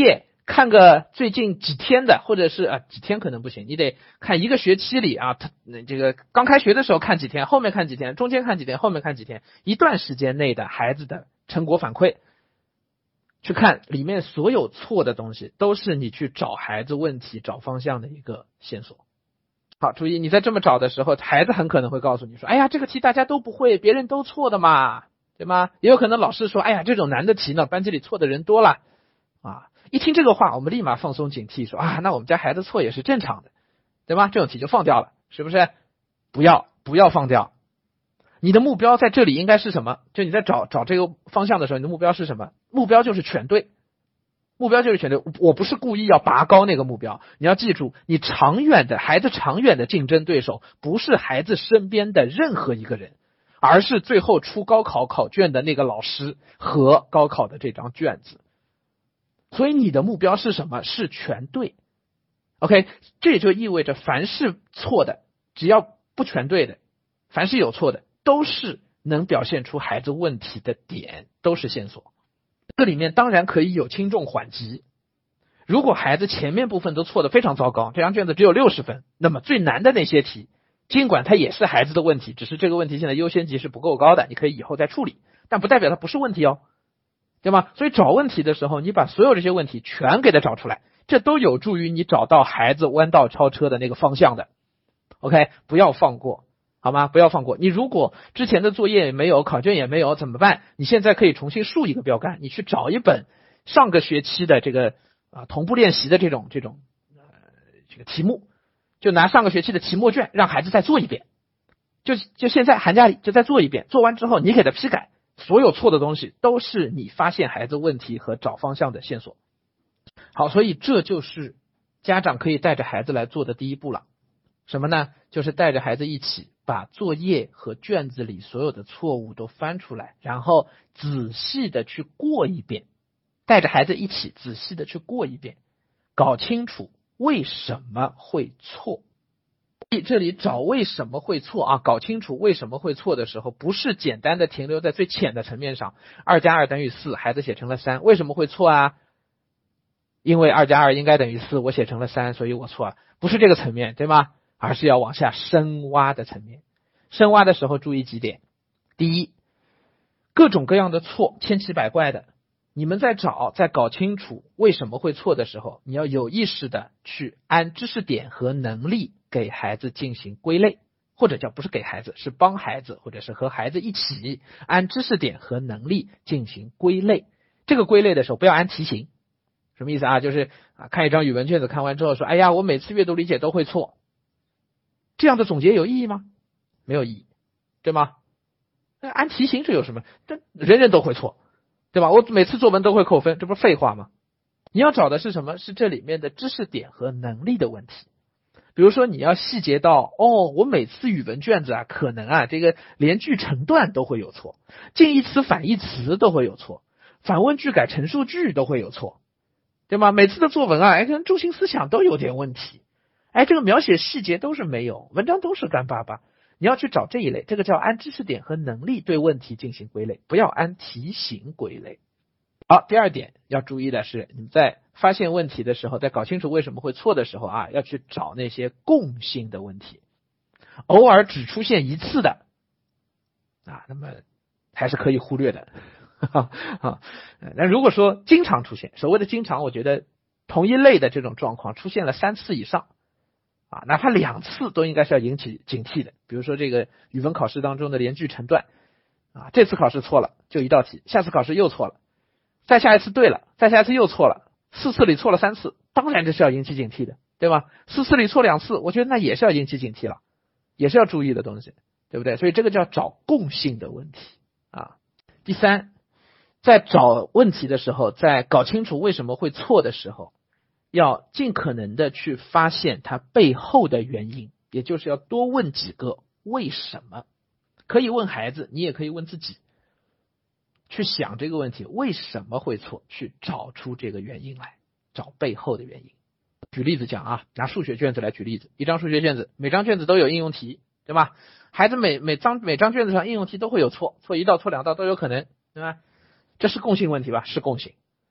看个最近几天的，或者是啊几天可能不行，你得看一个学期里啊，他这个刚开学的时候看几天，后面看几天，中间看几天，后面看几天，一段时间内的孩子的成果反馈，去看里面所有错的东西，都是你去找孩子问题、找方向的一个线索。好，注意你在这么找的时候，孩子很可能会告诉你说，哎呀，这个题大家都不会，别人都错的嘛，对吗？也有可能老师说，哎呀，这种难的题呢，班级里错的人多了啊。一听这个话，我们立马放松警惕，说啊，那我们家孩子错也是正常的，对吗？这种题就放掉了，是不是？不要不要放掉。你的目标在这里应该是什么？就你在找找这个方向的时候，你的目标是什么？目标就是全对。目标就是全对，我不是故意要拔高那个目标。你要记住，你长远的孩子长远的竞争对手不是孩子身边的任何一个人，而是最后出高考考卷的那个老师和高考的这张卷子。所以你的目标是什么？是全对。OK， 这也就意味着凡是错的，只要不全对的，凡是有错的，都是能表现出孩子问题的点，都是线索。这里面当然可以有轻重缓急。如果孩子前面部分都错得非常糟糕，这张卷子只有六十分，那么最难的那些题，尽管它也是孩子的问题，只是这个问题现在优先级是不够高的，你可以以后再处理，但不代表它不是问题哦，对吗？所以找问题的时候，你把所有这些问题全给它找出来，这都有助于你找到孩子弯道超车的那个方向的。OK， 不要放过。好吗？不要放过。你如果之前的作业也没有，考卷也没有，怎么办？你现在可以重新竖一个标杆，你去找一本上个学期的这个啊同步练习的这种这种呃这个题目，就拿上个学期的期末卷让孩子再做一遍，就就现在寒假里就再做一遍，做完之后你给他批改，所有错的东西都是你发现孩子问题和找方向的线索。好，所以这就是家长可以带着孩子来做的第一步了。什么呢？就是带着孩子一起把作业和卷子里所有的错误都翻出来，然后仔细的去过一遍，带着孩子一起仔细的去过一遍，搞清楚为什么会错。这里找为什么会错啊，搞清楚为什么会错的时候，不是简单的停留在最浅的层面上，二加二等于四，孩子写成了三，为什么会错啊？因为二加二应该等于四，我写成了三，所以我错了，不是这个层面，对吗？而是要往下深挖的层面。深挖的时候注意几点。第一，各种各样的错，千奇百怪的，你们在找在搞清楚为什么会错的时候，你要有意识的去按知识点和能力给孩子进行归类，或者叫不是给孩子，是帮孩子，或者是和孩子一起按知识点和能力进行归类。这个归类的时候不要按题型。什么意思啊？就是啊，看一张语文卷子看完之后说，哎呀，我每次阅读理解都会错。这样的总结有意义吗？没有意义，对吗？那按题型这有什么？这人人都会错，对吧？我每次作文都会扣分，这不是废话吗？你要找的是什么？是这里面的知识点和能力的问题。比如说你要细节到，哦，我每次语文卷子啊，可能啊，这个连句成段都会有错，近义词反义词都会有错，反问句改陈述句都会有错，对吗？每次的作文啊，哎，跟中心思想都有点问题。哎，这个描写细节都是没有，文章都是干巴巴。你要去找这一类，这个叫按知识点和能力对问题进行归类，不要按题型归类。好，第二点要注意的是，你在发现问题的时候，在搞清楚为什么会错的时候啊，要去找那些共性的问题。偶尔只出现一次的啊，那么还是可以忽略的。啊，那如果说经常出现，所谓的经常，我觉得同一类的这种状况出现了三次以上。啊，哪怕两次都应该是要引起警惕的。比如说这个语文考试当中的连句成段，啊，这次考试错了就一道题，下次考试又错了，再下一次对了，再下一次又错了，四次里错了三次，当然这是要引起警惕的，对吧？四次里错两次，我觉得那也是要引起警惕了，也是要注意的东西，对不对？所以这个叫找共性的问题啊。第三，在找问题的时候，在搞清楚为什么会错的时候，要尽可能的去发现它背后的原因，也就是要多问几个为什么。可以问孩子，你也可以问自己，去想这个问题为什么会错，去找出这个原因来，找背后的原因。举例子讲啊，拿数学卷子来举例子，一张数学卷子，每张卷子都有应用题，对吧？孩子每每张每张卷子上应用题都会有错，错一道错两道都有可能，对吧？这是共性问题吧？是共性。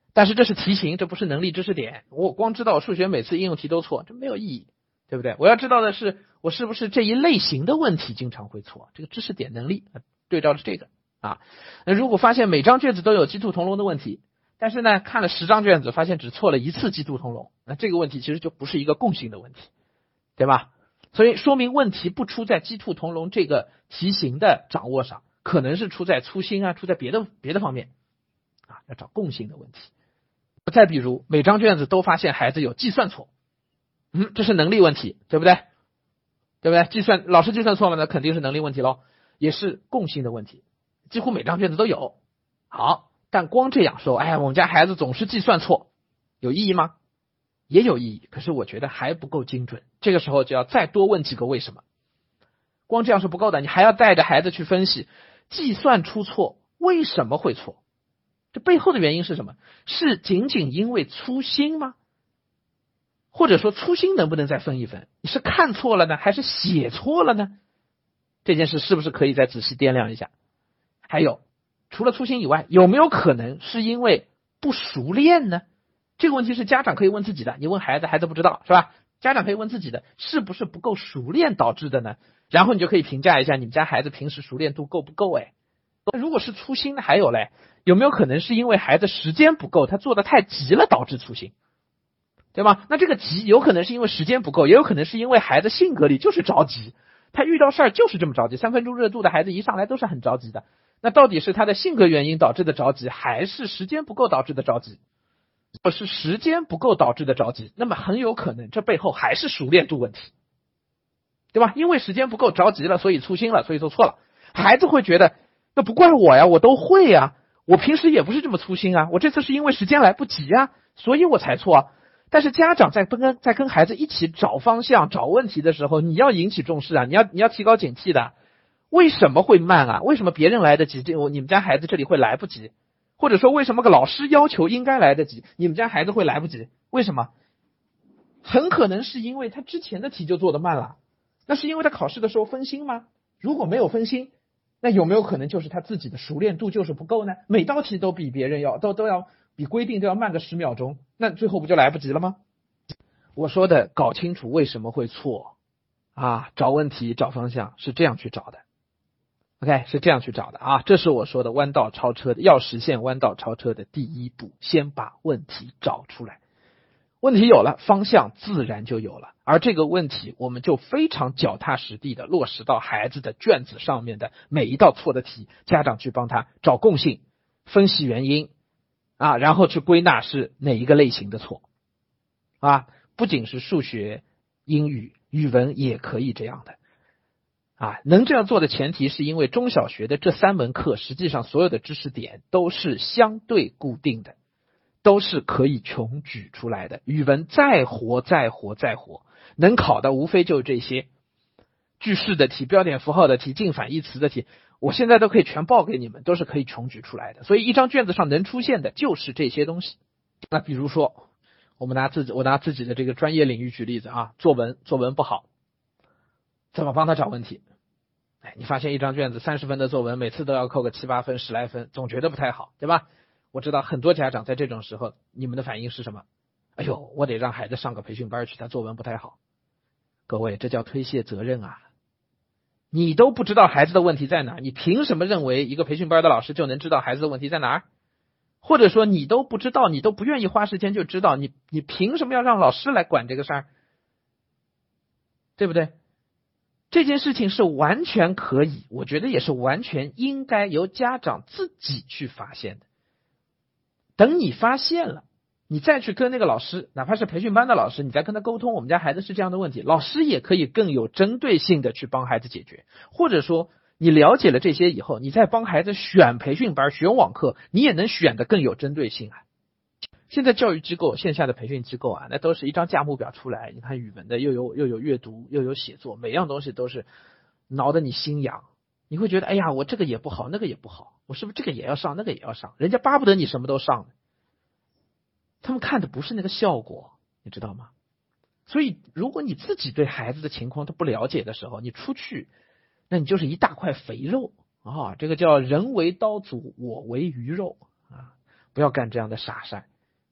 但是这是题型，这不是能力知识点。我光知道数学每次应用题都错，这没有意义，对不对？我要知道的是，我是不是这一类型的问题经常会错，这个知识点能力对照着这个啊。那如果发现每张卷子都有鸡兔同笼的问题，但是呢看了十张卷子发现只错了一次鸡兔同笼，那这个问题其实就不是一个共性的问题，对吧？所以说明问题不出在鸡兔同笼这个题型的掌握上，可能是出在粗心啊，出在别的别的方面啊，要找共性的问题。再比如每张卷子都发现孩子有计算错，嗯，这是能力问题，对不对？对不对？计算老师计算错了呢，肯定是能力问题咯，也是共性的问题，几乎每张卷子都有。好，但光这样说，哎呀，我们家孩子总是计算错，有意义吗？也有意义，可是我觉得还不够精准。这个时候就要再多问几个为什么。光这样是不够的，你还要带着孩子去分析，计算出错为什么会错？这背后的原因是什么？是仅仅因为粗心吗？或者说粗心能不能再分一分？你是看错了呢，还是写错了呢？这件事是不是可以再仔细掂量一下？还有，除了粗心以外，有没有可能是因为不熟练呢？这个问题是家长可以问自己的，你问孩子，孩子不知道是吧？家长可以问自己的，是不是不够熟练导致的呢？然后你就可以评价一下你们家孩子平时熟练度够不够。哎，如果是粗心的，还有嘞，有没有可能是因为孩子时间不够，他做的太急了导致粗心，对吗？那这个急有可能是因为时间不够，也有可能是因为孩子性格里就是着急，他遇到事儿就是这么着急，三分钟热度的孩子一上来都是很着急的。那到底是他的性格原因导致的着急，还是时间不够导致的着急？如果是时间不够导致的着急，那么很有可能这背后还是熟练度问题，对吧？因为时间不够着急了，所以粗心了，所以做错了。孩子会觉得那不怪我呀，我都会呀，我平时也不是这么粗心啊，我这次是因为时间来不及啊，所以我才错啊。但是家长在跟在跟孩子一起找方向、找问题的时候，你要引起重视啊，你要你要提高警惕的。为什么会慢啊？为什么别人来得及，这你们家孩子这里会来不及？或者说为什么个老师要求应该来得及，你们家孩子会来不及？为什么？很可能是因为他之前的题就做得慢了。那是因为他考试的时候分心吗？如果没有分心，那有没有可能就是他自己的熟练度就是不够呢？每道题都比别人要都都要比规定都要慢个十秒钟，那最后不就来不及了吗？我说的搞清楚为什么会错啊，找问题找方向是这样去找的。OK， 是这样去找的啊，这是我说的弯道超车的，要实现弯道超车的第一步，先把问题找出来。问题有了，方向自然就有了，而这个问题我们就非常脚踏实地的落实到孩子的卷子上面的每一道错的题，家长去帮他找共性，分析原因啊，然后去归纳是哪一个类型的错啊，不仅是数学、英语、语文也可以这样的。啊，能这样做的前提是因为中小学的这三门课实际上所有的知识点都是相对固定的，都是可以穷举出来的。语文再活再活再活，能考的无非就这些句式的题、标点符号的题、近反义词的题，我现在都可以全报给你们，都是可以穷举出来的。所以一张卷子上能出现的就是这些东西。那比如说我们拿自己我拿自己的这个专业领域举例子啊，作文作文不好，怎么帮他找问题？哎，你发现一张卷子三十分的作文，每次都要扣个七八分、十来分，总觉得不太好，对吧？我知道很多家长在这种时候，你们的反应是什么？哎呦，我得让孩子上个培训班去，他作文不太好。各位，这叫推卸责任啊！你都不知道孩子的问题在哪，你凭什么认为一个培训班的老师就能知道孩子的问题在哪儿？或者说你都不知道，你都不愿意花时间就知道，你你凭什么要让老师来管这个事儿？对不对？这件事情是完全可以，我觉得也是完全应该由家长自己去发现的。等你发现了，你再去跟那个老师，哪怕是培训班的老师，你再跟他沟通，我们家孩子是这样的问题，老师也可以更有针对性的去帮孩子解决。或者说你了解了这些以后，你再帮孩子选培训班、选网课，你也能选得更有针对性啊。现在教育机构线下的培训机构啊，那都是一张价目表出来，你看语文的又有又有阅读又有写作，每样东西都是挠得你心痒，你会觉得哎呀，我这个也不好，那个也不好，我是不是这个也要上，那个也要上？人家巴不得你什么都上，他们看的不是那个效果，你知道吗？所以如果你自己对孩子的情况都不了解的时候，你出去，那你就是一大块肥肉啊，这个叫人为刀俎，我为鱼肉啊，不要干这样的傻事。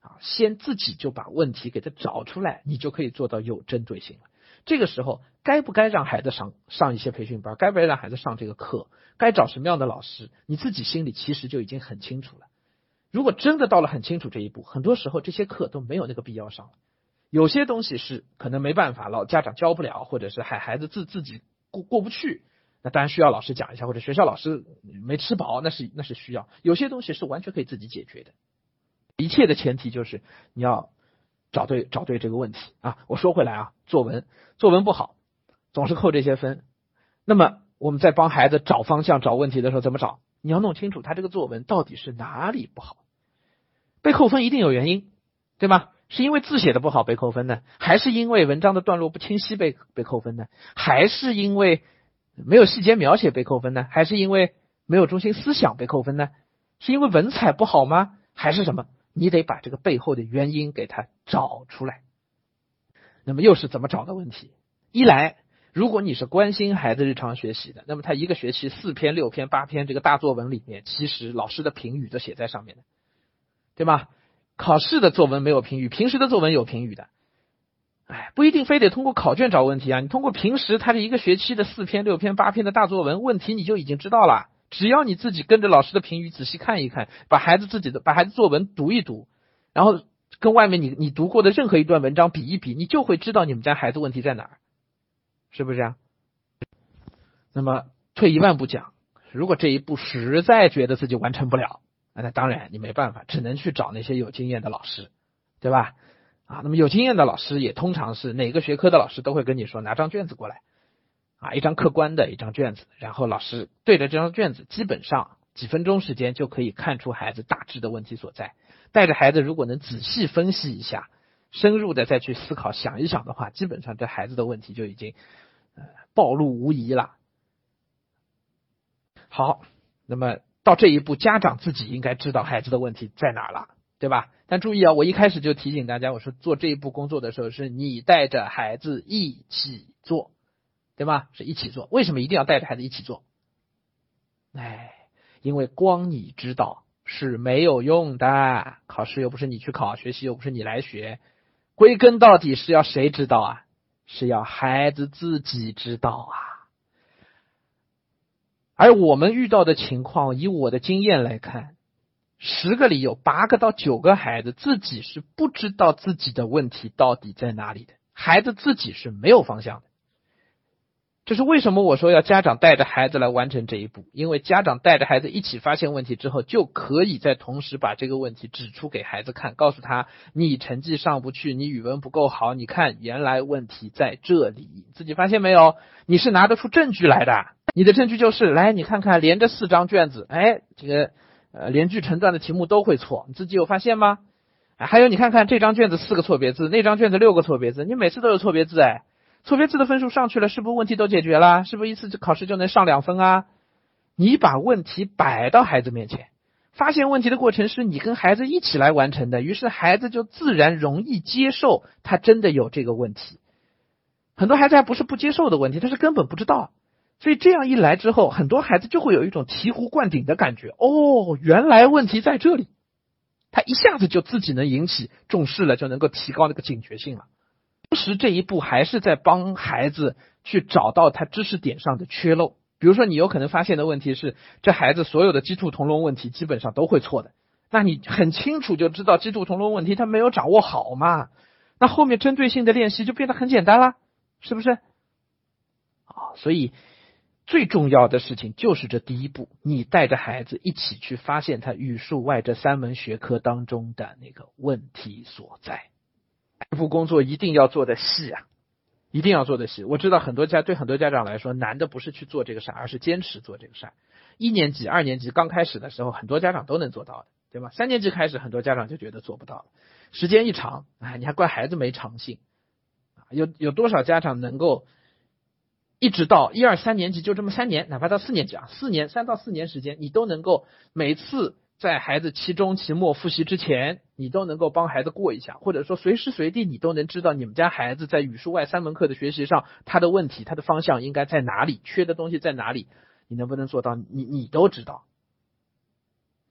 啊，先自己就把问题给它找出来，你就可以做到有针对性了。这个时候该不该让孩子上上一些培训班，该不该让孩子上这个课，该找什么样的老师，你自己心里其实就已经很清楚了。如果真的到了很清楚这一步，很多时候这些课都没有那个必要上了。有些东西是可能没办法，老家长教不了，或者是孩孩子自自己过过不去，那当然需要老师讲一下，或者学校老师没吃饱，那是那是需要。有些东西是完全可以自己解决的。一切的前提就是你要找对找对这个问题啊。我说回来啊，作文作文不好，总是扣这些分。那么我们在帮孩子找方向、找问题的时候怎么找？你要弄清楚他这个作文到底是哪里不好。被扣分一定有原因，对吧？是因为字写的不好被扣分呢，还是因为文章的段落不清晰被被扣分呢？还是因为没有细节描写被扣分呢？还是因为没有中心思想被扣分呢？是因为文采不好吗？还是什么？你得把这个背后的原因给它找出来。那么又是怎么找的问题？一来，如果你是关心孩子日常学习的，那么他一个学期四篇、六篇、八篇这个大作文里面，其实老师的评语都写在上面的，对吧？考试的作文没有评语，平时的作文有评语的。哎，不一定非得通过考卷找问题啊，你通过平时他这一个学期的四篇、六篇、八篇的大作文，问题你就已经知道了。只要你自己跟着老师的评语仔细看一看，把孩子自己的把孩子作文读一读，然后跟外面你你读过的任何一段文章比一比，你就会知道你们家孩子问题在哪儿，是不是这样？那么退一万步讲，如果这一步实在觉得自己完成不了，那当然你没办法，只能去找那些有经验的老师，对吧？啊，那么有经验的老师也通常是哪个学科的老师都会跟你说，拿张卷子过来，啊，一张客观的一张卷子，然后老师对着这张卷子，基本上几分钟时间就可以看出孩子大致的问题所在。带着孩子如果能仔细分析一下，深入的再去思考想一想的话，基本上这孩子的问题就已经呃暴露无遗了。好，那么到这一步，家长自己应该知道孩子的问题在哪了，对吧？但注意啊，我一开始就提醒大家，我说做这一步工作的时候，是你带着孩子一起做，对吧？是一起做。为什么一定要带着孩子一起做？哎，因为光你知道是没有用的，考试又不是你去考，学习又不是你来学，归根到底是要谁知道啊？是要孩子自己知道啊。而我们遇到的情况，以我的经验来看，十个里有八个到九个孩子自己是不知道自己的问题到底在哪里的，孩子自己是没有方向的。这是为什么我说要家长带着孩子来完成这一步，因为家长带着孩子一起发现问题之后，就可以在同时把这个问题指出给孩子看，告诉他你成绩上不去，你语文不够好，你看原来问题在这里，自己发现没有？你是拿得出证据来的，你的证据就是来你看看连着四张卷子，哎，这个呃连句成段的题目都会错，你自己有发现吗？哎，还有你看看这张卷子四个错别字，那张卷子六个错别字，你每次都有错别字，哎，错别字的分数上去了，是不是问题都解决了？是不是一次考试就能上两分啊？你把问题摆到孩子面前，发现问题的过程是你跟孩子一起来完成的，于是孩子就自然容易接受他真的有这个问题。很多孩子还不是不接受的问题，他是根本不知道。所以这样一来之后，很多孩子就会有一种醍醐灌顶的感觉，哦，原来问题在这里，他一下子就自己能引起重视了，就能够提高那个警觉性了。同时这一步还是在帮孩子去找到他知识点上的缺漏。比如说你有可能发现的问题是，这孩子所有的鸡兔同笼问题基本上都会错的，那你很清楚就知道鸡兔同笼问题他没有掌握好嘛，那后面针对性的练习就变得很简单了，是不是？啊，所以最重要的事情就是这第一步，你带着孩子一起去发现他语数外这三门学科当中的那个问题所在。这步工作一定要做的细啊，一定要做的细。我知道很多家对很多家长来说，难的不是去做这个事儿，而是坚持做这个事儿。一年级、二年级刚开始的时候，很多家长都能做到的，对吧？三年级开始，很多家长就觉得做不到了。时间一长，哎，你还怪孩子没长性。有有多少家长能够一直到一二三年级，就这么三年，哪怕到四年级啊，四年三到四年时间，你都能够每次在孩子期中期末复习之前，你都能够帮孩子过一下，或者说随时随地你都能知道你们家孩子在语数外三门课的学习上，他的问题他的方向应该在哪里，缺的东西在哪里，你能不能做到，你你都知道。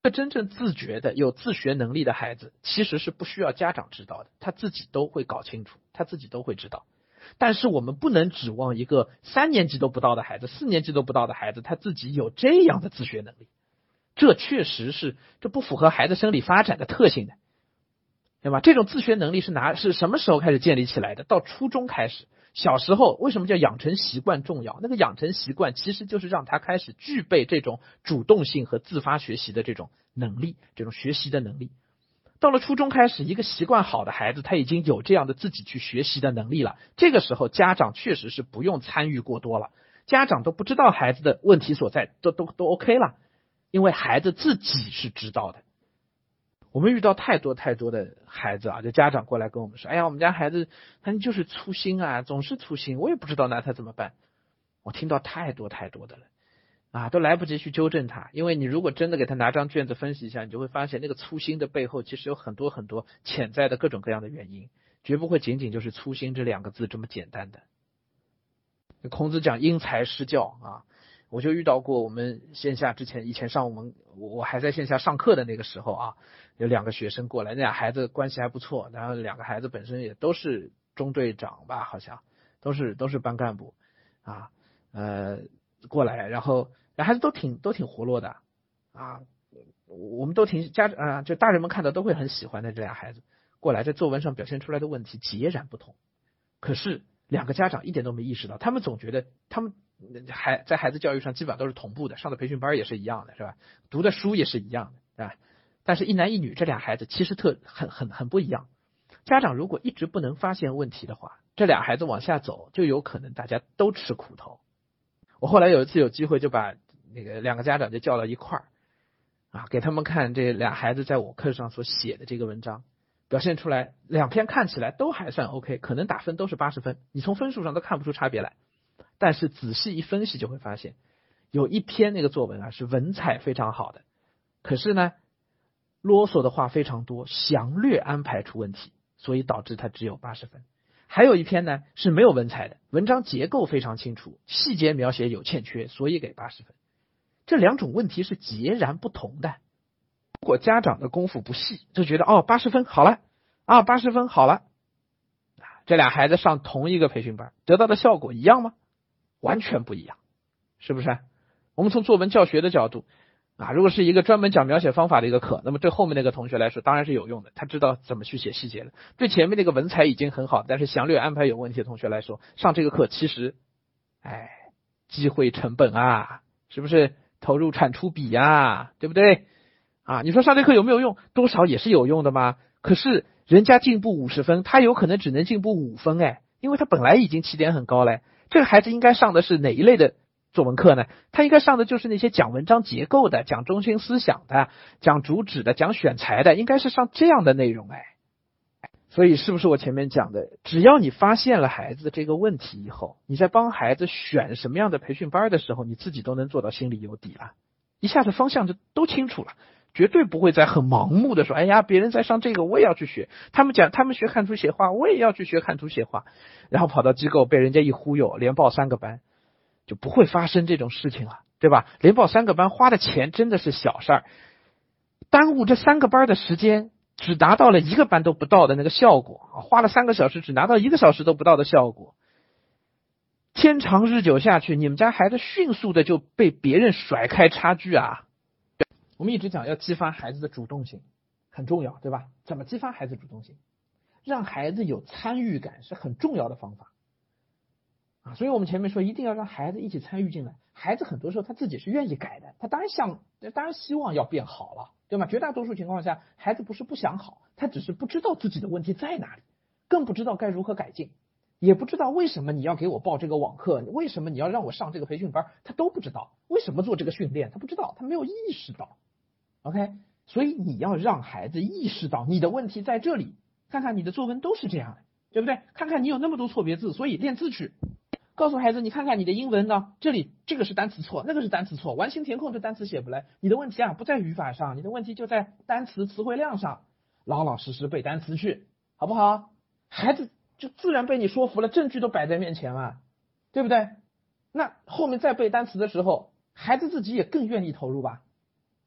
真正自觉的有自学能力的孩子，其实是不需要家长指导的，他自己都会搞清楚，他自己都会知道。但是我们不能指望一个三年级都不到的孩子，四年级都不到的孩子，他自己有这样的自学能力，这确实是这不符合孩子生理发展的特性的，对吧？这种自学能力是拿是什么时候开始建立起来的？到初中开始。小时候为什么叫养成习惯重要？那个养成习惯其实就是让他开始具备这种主动性和自发学习的这种能力，这种学习的能力。到了初中开始，一个习惯好的孩子，他已经有这样的自己去学习的能力了。这个时候，家长确实是不用参与过多了，家长都不知道孩子的问题所在，都都都 OK 了，因为孩子自己是知道的。我们遇到太多太多的孩子啊，就家长过来跟我们说，哎呀，我们家孩子他就是粗心啊，总是粗心，我也不知道拿他怎么办。我听到太多太多的了啊，都来不及去纠正他，因为你如果真的给他拿张卷子分析一下，你就会发现那个粗心的背后其实有很多很多潜在的各种各样的原因，绝不会仅仅就是粗心这两个字这么简单的。孔子讲因材施教啊，我就遇到过我们线下之前以前上我们我还在线下上课的那个时候啊，有两个学生过来，那俩孩子关系还不错，然后两个孩子本身也都是中队长吧，好像都是都是班干部啊，呃过来，然后俩孩子都挺都挺活络的啊，我们都挺家啊、呃，就大人们看到都会很喜欢的这俩孩子过来，在作文上表现出来的问题截然不同，可是两个家长一点都没意识到，他们总觉得他们孩在孩子教育上基本上都是同步的，上的培训班也是一样的，是吧？读的书也是一样的，是吧？但是一男一女这俩孩子其实特很很很不一样。家长如果一直不能发现问题的话，这俩孩子往下走就有可能大家都吃苦头。我后来有一次有机会就把那个两个家长就叫到一块儿啊，给他们看这俩孩子在我课上所写的这个文章，表现出来两篇看起来都还算 OK， 可能打分都是八十分，你从分数上都看不出差别来。但是仔细一分析就会发现，有一篇那个作文啊是文采非常好的，可是呢啰嗦的话非常多，详略安排出问题，所以导致它只有八十分。还有一篇呢是没有文采的，文章结构非常清楚，细节描写有欠缺，所以给八十分。这两种问题是截然不同的。如果家长的功夫不细，就觉得哦八十分好了啊八十分好了，这俩孩子上同一个培训班得到的效果一样吗？完全不一样，是不是？我们从作文教学的角度啊，如果是一个专门讲描写方法的一个课，那么对后面那个同学来说当然是有用的，他知道怎么去写细节了。对前面那个文采已经很好，但是详略安排有问题的同学来说，上这个课其实哎机会成本啊，是不是投入产出比啊，对不对啊？你说上这课有没有用？多少也是有用的嘛。可是人家进步五十分，他有可能只能进步五分哎，因为他本来已经起点很高嘞。这个孩子应该上的是哪一类的作文课呢？他应该上的就是那些讲文章结构的，讲中心思想的，讲主旨的，讲选材的，应该是上这样的内容哎。所以是不是我前面讲的，只要你发现了孩子这个问题以后，你在帮孩子选什么样的培训班的时候，你自己都能做到心里有底了，一下子方向就都清楚了，绝对不会再很盲目的说，哎呀，别人在上这个我也要去学，他们讲他们学看图写画，我也要去学看图写画，然后跑到机构被人家一忽悠，连报三个班，就不会发生这种事情了，对吧？连报三个班花的钱真的是小事儿，耽误这三个班的时间，只达到了一个班都不到的那个效果，花了三个小时只拿到一个小时都不到的效果，天长日久下去，你们家孩子迅速的就被别人甩开差距啊！我们一直讲要激发孩子的主动性，很重要，对吧？怎么激发孩子主动性？让孩子有参与感是很重要的方法啊！所以我们前面说一定要让孩子一起参与进来。孩子很多时候他自己是愿意改的，他当然想，当然希望要变好了，对吗？绝大多数情况下，孩子不是不想好，他只是不知道自己的问题在哪里，更不知道该如何改进，也不知道为什么你要给我报这个网课，为什么你要让我上这个培训班，他都不知道。为什么做这个训练，他不知道，他没有意识到。OK， 所以你要让孩子意识到你的问题在这里，看看你的作文都是这样的，对不对？看看你有那么多错别字，所以练字去。告诉孩子，你看看你的英文呢，这里这个是单词错，那个是单词错，完形填空这单词写不来，你的问题啊不在语法上，你的问题就在单词词汇量上，老老实实背单词去，好不好？孩子就自然被你说服了，证据都摆在面前了，对不对？那后面再背单词的时候，孩子自己也更愿意投入吧。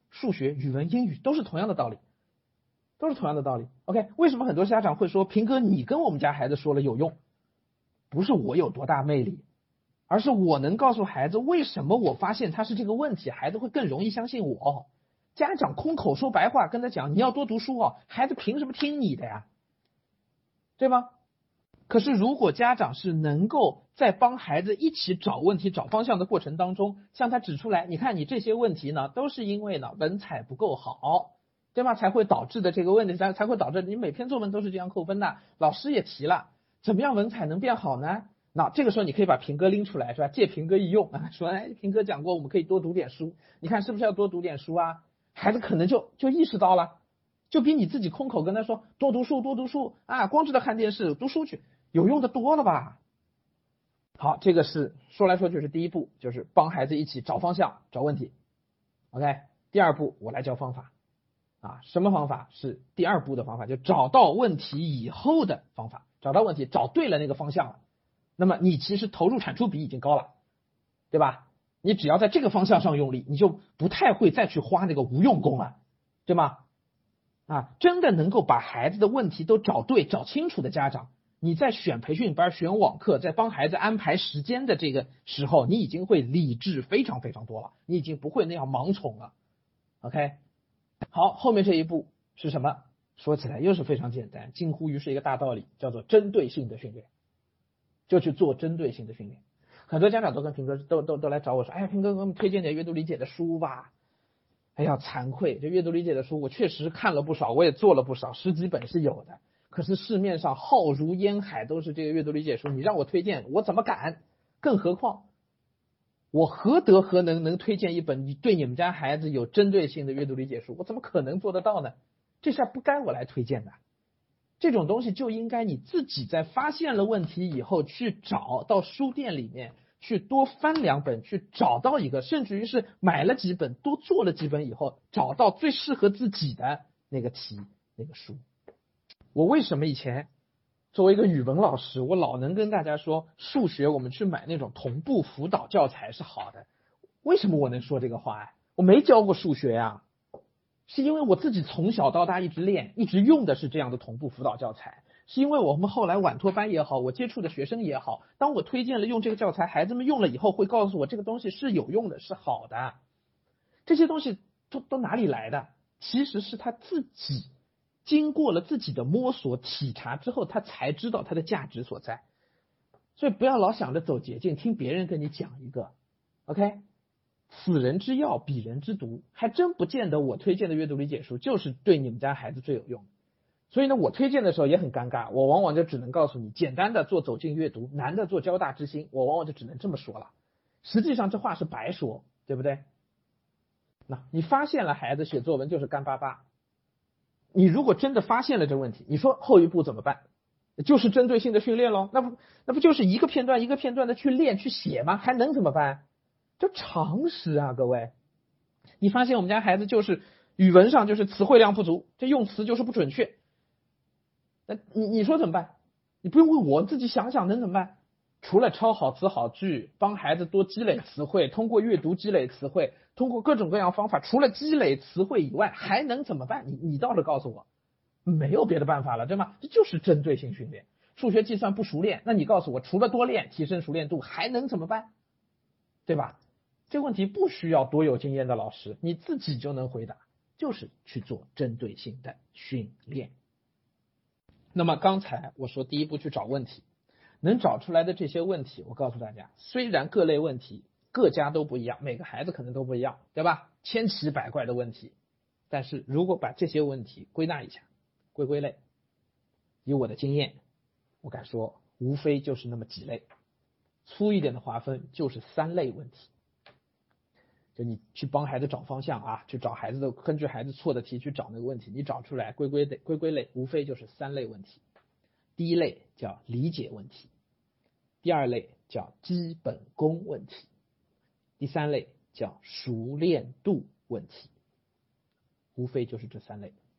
数学、语文、英语都是同样的道理，都是同样的道理。OK， 为什么很多家长会说平哥你跟我们家孩子说了有用？不是我有多大魅力，而是我能告诉孩子为什么我发现他是这个问题，孩子会更容易相信我。家长空口说白话跟他讲你要多读书哦，孩子凭什么听你的呀？对吗？可是如果家长是能够在帮孩子一起找问题找方向的过程当中，向他指出来，你看你这些问题呢都是因为呢文采不够好，对吗？才会导致的这个问题，才才会导致你每篇作文都是这样扣分的。老师也提了，怎么样文采能变好呢？那这个时候你可以把平哥拎出来，是吧？借平哥一用啊，说哎，平哥讲过我们可以多读点书，你看是不是要多读点书啊？孩子可能就就意识到了，就比你自己空口跟他说多读书多读书啊，光知道看电视读书去有用的多了吧？好，这个是说来说去是第一步，就是帮孩子一起找方向找问题。OK， 第二步我来教方法啊，什么方法？是第二步的方法，就找到问题以后的方法，找到问题找对了那个方向了，那么你其实投入产出比已经高了，对吧？你只要在这个方向上用力，你就不太会再去花那个无用功了，对吗？啊，真的能够把孩子的问题都找对找清楚的家长，你在选培训班选网课在帮孩子安排时间的这个时候，你已经会理智非常非常多了，你已经不会那样盲从了。 OK， 好，后面这一步是什么？说起来又是非常简单，近乎于是一个大道理，叫做针对性的训练，就去做针对性的训练。很多家长都跟平哥都都都来找我说，哎呀，平哥给我们推荐点阅读理解的书吧。哎呀，惭愧，这阅读理解的书我确实看了不少，我也做了不少，十几本是有的。可是市面上浩如烟海都是这个阅读理解书，你让我推荐，我怎么敢？更何况，我何德何能能推荐一本你对你们家孩子有针对性的阅读理解书？我怎么可能做得到呢？这事儿不该我来推荐的。这种东西就应该你自己在发现了问题以后去找到书店里面去多翻两本，去找到一个，甚至于是买了几本多做了几本以后，找到最适合自己的那个题那个书。我为什么以前作为一个语文老师，我老能跟大家说数学我们去买那种同步辅导教材是好的？为什么我能说这个话呀？我没教过数学呀，是因为我自己从小到大一直练，一直用的是这样的同步辅导教材，是因为我们后来晚托班也好，我接触的学生也好，当我推荐了用这个教材，孩子们用了以后会告诉我这个东西是有用的，是好的。这些东西都都哪里来的？其实是他自己经过了自己的摸索体察之后，他才知道它的价值所在。所以不要老想着走捷径，听别人跟你讲一个 OK，此人之药彼人之毒，还真不见得我推荐的阅读理解书就是对你们家孩子最有用。所以呢，我推荐的时候也很尴尬，我往往就只能告诉你，简单的做走进阅读，难的做交大之星，我往往就只能这么说了。实际上这话是白说，对不对？那你发现了孩子写作文就是干巴巴，你如果真的发现了这个问题，你说后一步怎么办？就是针对性的训练咯，那不那不就是一个片段一个片段的去练去写吗？还能怎么办？就常识啊，各位。你发现我们家孩子就是语文上就是词汇量不足，这用词就是不准确，那你你说怎么办？你不用问我，自己想想能怎么办？除了抄好词好句，帮孩子多积累词汇，通过阅读积累词汇，通过各种各样方法，除了积累词汇以外，还能怎么办？你你倒是告诉我，没有别的办法了，对吗？这就是针对性训练。数学计算不熟练，那你告诉我，除了多练提升熟练度，还能怎么办？对吧？这个问题不需要多有经验的老师，你自己就能回答，就是去做针对性的训练。那么刚才我说第一步去找问题，能找出来的这些问题，我告诉大家，虽然各类问题各家都不一样，每个孩子可能都不一样，对吧？千奇百怪的问题，但是如果把这些问题归纳一下，归归类，以我的经验，我敢说无非就是那么几类，粗一点的划分就是三类问题。就你去帮孩子找方向啊，去找孩子的，根据孩子错的题去找那个问题，你找出来归归类归归类，无非就是三类问题。第一类叫理解问题，第二类叫基本功问题，第三类叫熟练度问题，无非就是这三类。